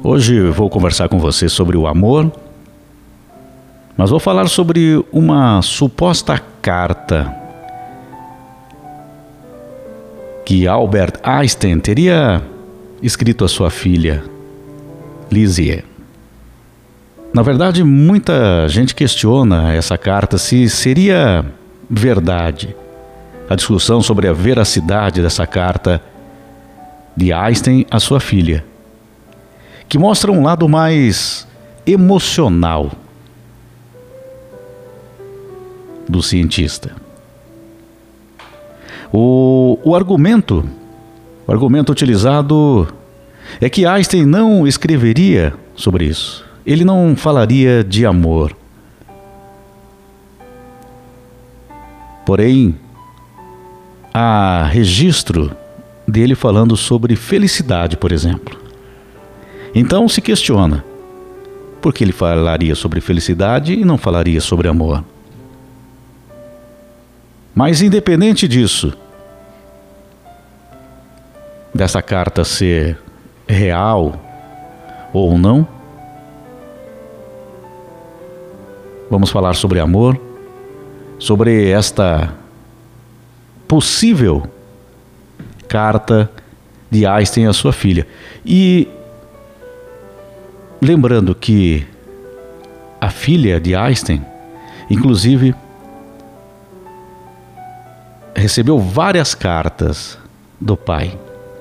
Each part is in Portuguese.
Hoje vou conversar com você sobre o amor, mas vou falar sobre uma suposta carta que Albert Einstein teria escrito à sua filha, Lizzie. Na verdade, muita gente questiona essa carta se seria verdade. A discussão sobre a veracidade dessa carta de Einstein à sua filha, que mostra um lado mais emocional do cientista. O argumento utilizado é que Einstein não escreveria sobre isso. Ele não falaria de amor. Porém, há registro dele falando sobre felicidade, por exemplo. Então se questiona, por que ele falaria sobre felicidade e não falaria sobre amor? Mas independente disso, dessa carta ser real ou não, vamos falar sobre amor, sobre esta possível carta de Einstein à sua filha. E lembrando que a filha de Einstein, inclusive, recebeu várias cartas do pai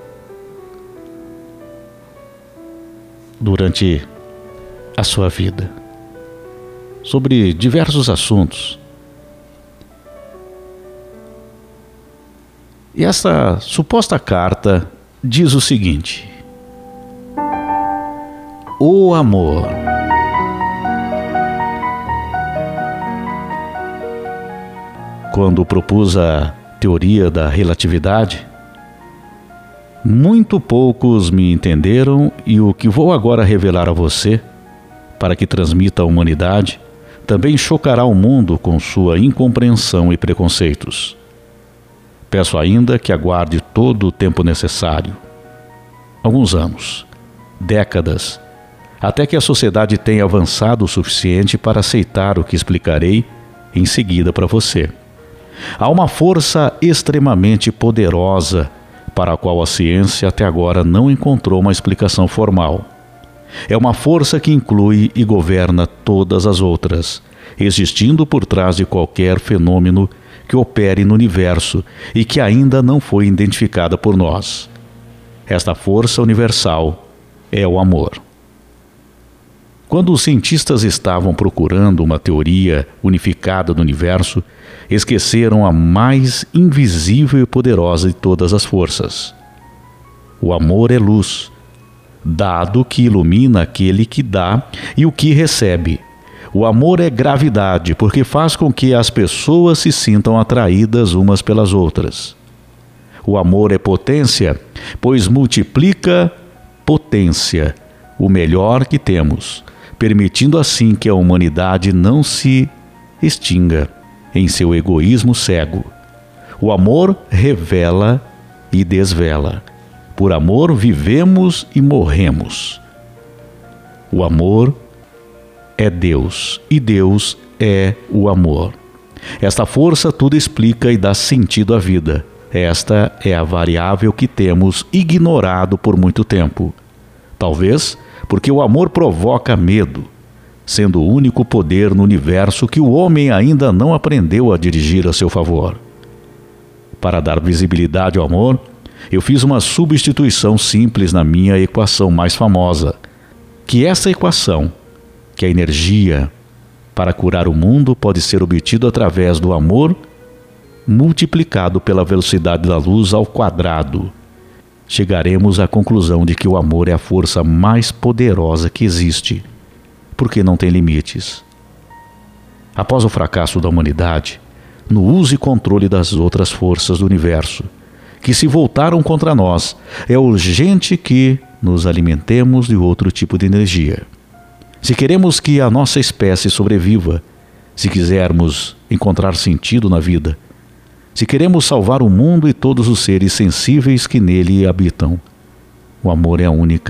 durante a sua vida, sobre diversos assuntos. E essa suposta carta diz o seguinte: o amor. Quando propus a teoria da relatividade, muito poucos me entenderam, e o que vou agora revelar a você, para que transmita à humanidade, também chocará o mundo com sua incompreensão e preconceitos. Peço ainda que aguarde todo o tempo necessário, alguns anos, décadas, até que a sociedade tenha avançado o suficiente para aceitar o que explicarei em seguida para você. Há uma força extremamente poderosa para a qual a ciência até agora não encontrou uma explicação formal. É uma força que inclui e governa todas as outras, existindo por trás de qualquer fenômeno que opere no universo e que ainda não foi identificada por nós. Esta força universal é o amor. Quando os cientistas estavam procurando uma teoria unificada do universo, esqueceram a mais invisível e poderosa de todas as forças. O amor é luz, dado que ilumina aquele que dá e o que recebe. O amor é gravidade, porque faz com que as pessoas se sintam atraídas umas pelas outras. O amor é potência, pois multiplica potência, o melhor que temos, permitindo assim que a humanidade não se extinga em seu egoísmo cego. O amor revela e desvela. Por amor vivemos e morremos. O amor é Deus e Deus é o amor. Esta força tudo explica e dá sentido à vida. Esta é a variável que temos ignorado por muito tempo. Talvez porque o amor provoca medo, sendo o único poder no universo que o homem ainda não aprendeu a dirigir a seu favor. Para dar visibilidade ao amor, eu fiz uma substituição simples na minha equação mais famosa, que essa equação, que a energia para curar o mundo pode ser obtido através do amor multiplicado pela velocidade da luz ao quadrado, chegaremos à conclusão de que o amor é a força mais poderosa que existe, porque não tem limites. Após o fracasso da humanidade, no uso e controle das outras forças do universo, que se voltaram contra nós, é urgente que nos alimentemos de outro tipo de energia. Se queremos que a nossa espécie sobreviva, se quisermos encontrar sentido na vida, se queremos salvar o mundo e todos os seres sensíveis que nele habitam, o amor é a única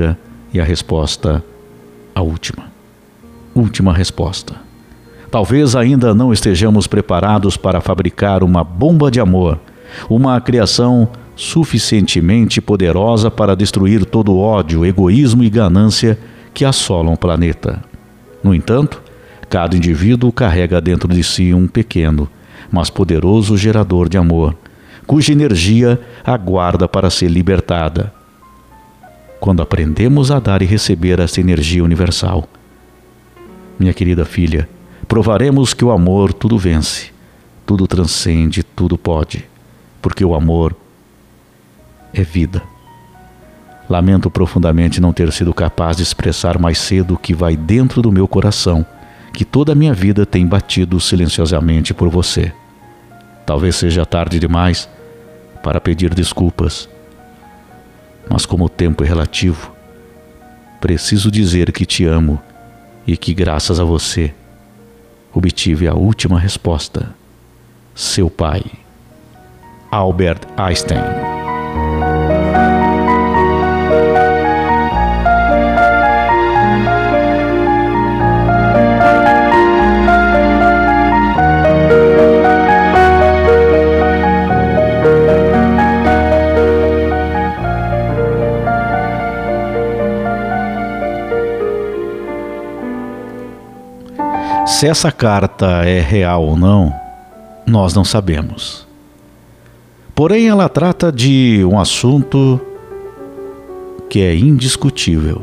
E a resposta, a última resposta. Talvez ainda não estejamos preparados para fabricar uma bomba de amor, uma criação suficientemente poderosa para destruir todo o ódio, egoísmo e ganância que assolam o planeta. No entanto, cada indivíduo carrega dentro de si um pequeno, mas poderoso gerador de amor, cuja energia aguarda para ser libertada. Quando aprendemos a dar e receber essa energia universal, minha querida filha, provaremos que o amor tudo vence, tudo transcende, tudo pode, porque o amor é vida. Lamento profundamente não ter sido capaz de expressar mais cedo o que vai dentro do meu coração, que toda a minha vida tem batido silenciosamente por você. Talvez seja tarde demais para pedir desculpas, mas como o tempo é relativo, preciso dizer que te amo e que graças a você obtive a última resposta. Seu pai, Albert Einstein. Se essa carta é real ou não, nós não sabemos. Porém, ela trata de um assunto que é indiscutível.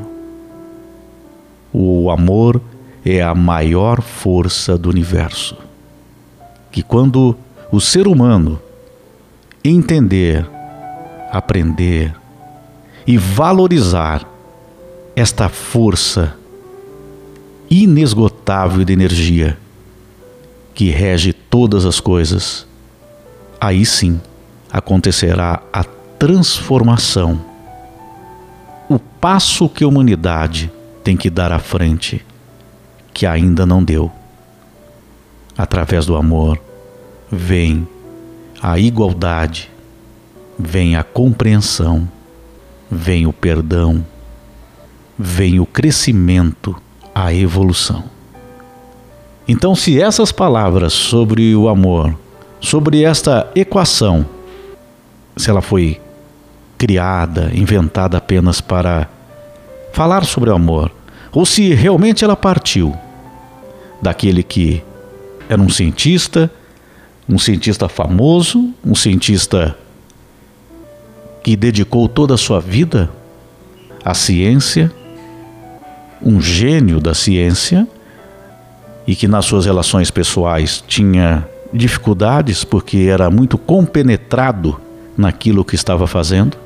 O amor é a maior força do universo. Que quando o ser humano entender, aprender e valorizar esta força inesgotável de energia que rege todas as coisas, aí sim acontecerá a transformação, o passo que a humanidade tem que dar à frente, que ainda não deu. Através do amor vem a igualdade, vem a compreensão, vem o perdão, vem o crescimento, a evolução. Então, se essas palavras sobre o amor, sobre esta equação, se ela foi criada, inventada apenas para falar sobre o amor, ou se realmente ela partiu daquele que era um cientista famoso, um cientista que dedicou toda a sua vida à ciência, um gênio da ciência, e que nas suas relações pessoais tinha dificuldades porque era muito compenetrado naquilo que estava fazendo.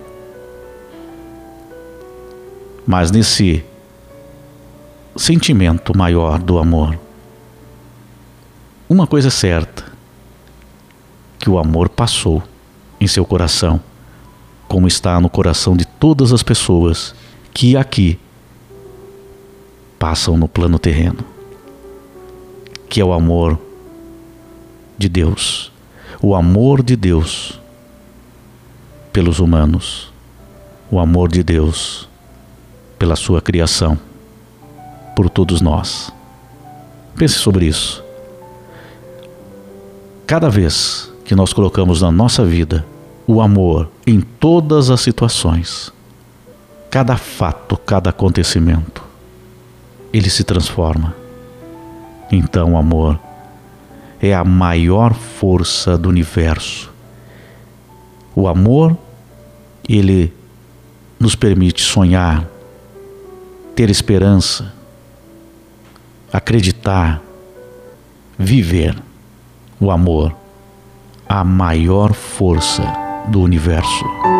Mas nesse sentimento maior do amor, uma coisa é certa, que o amor passou em seu coração, como está no coração de todas as pessoas que aqui passam no plano terreno, que é o amor de Deus, o amor de Deus pelos humanos, o amor de Deus pela sua criação, por todos nós. Pense sobre isso. Cada vez que nós colocamos na nossa vida o amor em todas as situações, cada fato, cada acontecimento, ele se transforma. Então o amor é a maior força do universo. O amor, ele nos permite sonhar, ter esperança, acreditar, viver. O amor, a maior força do universo.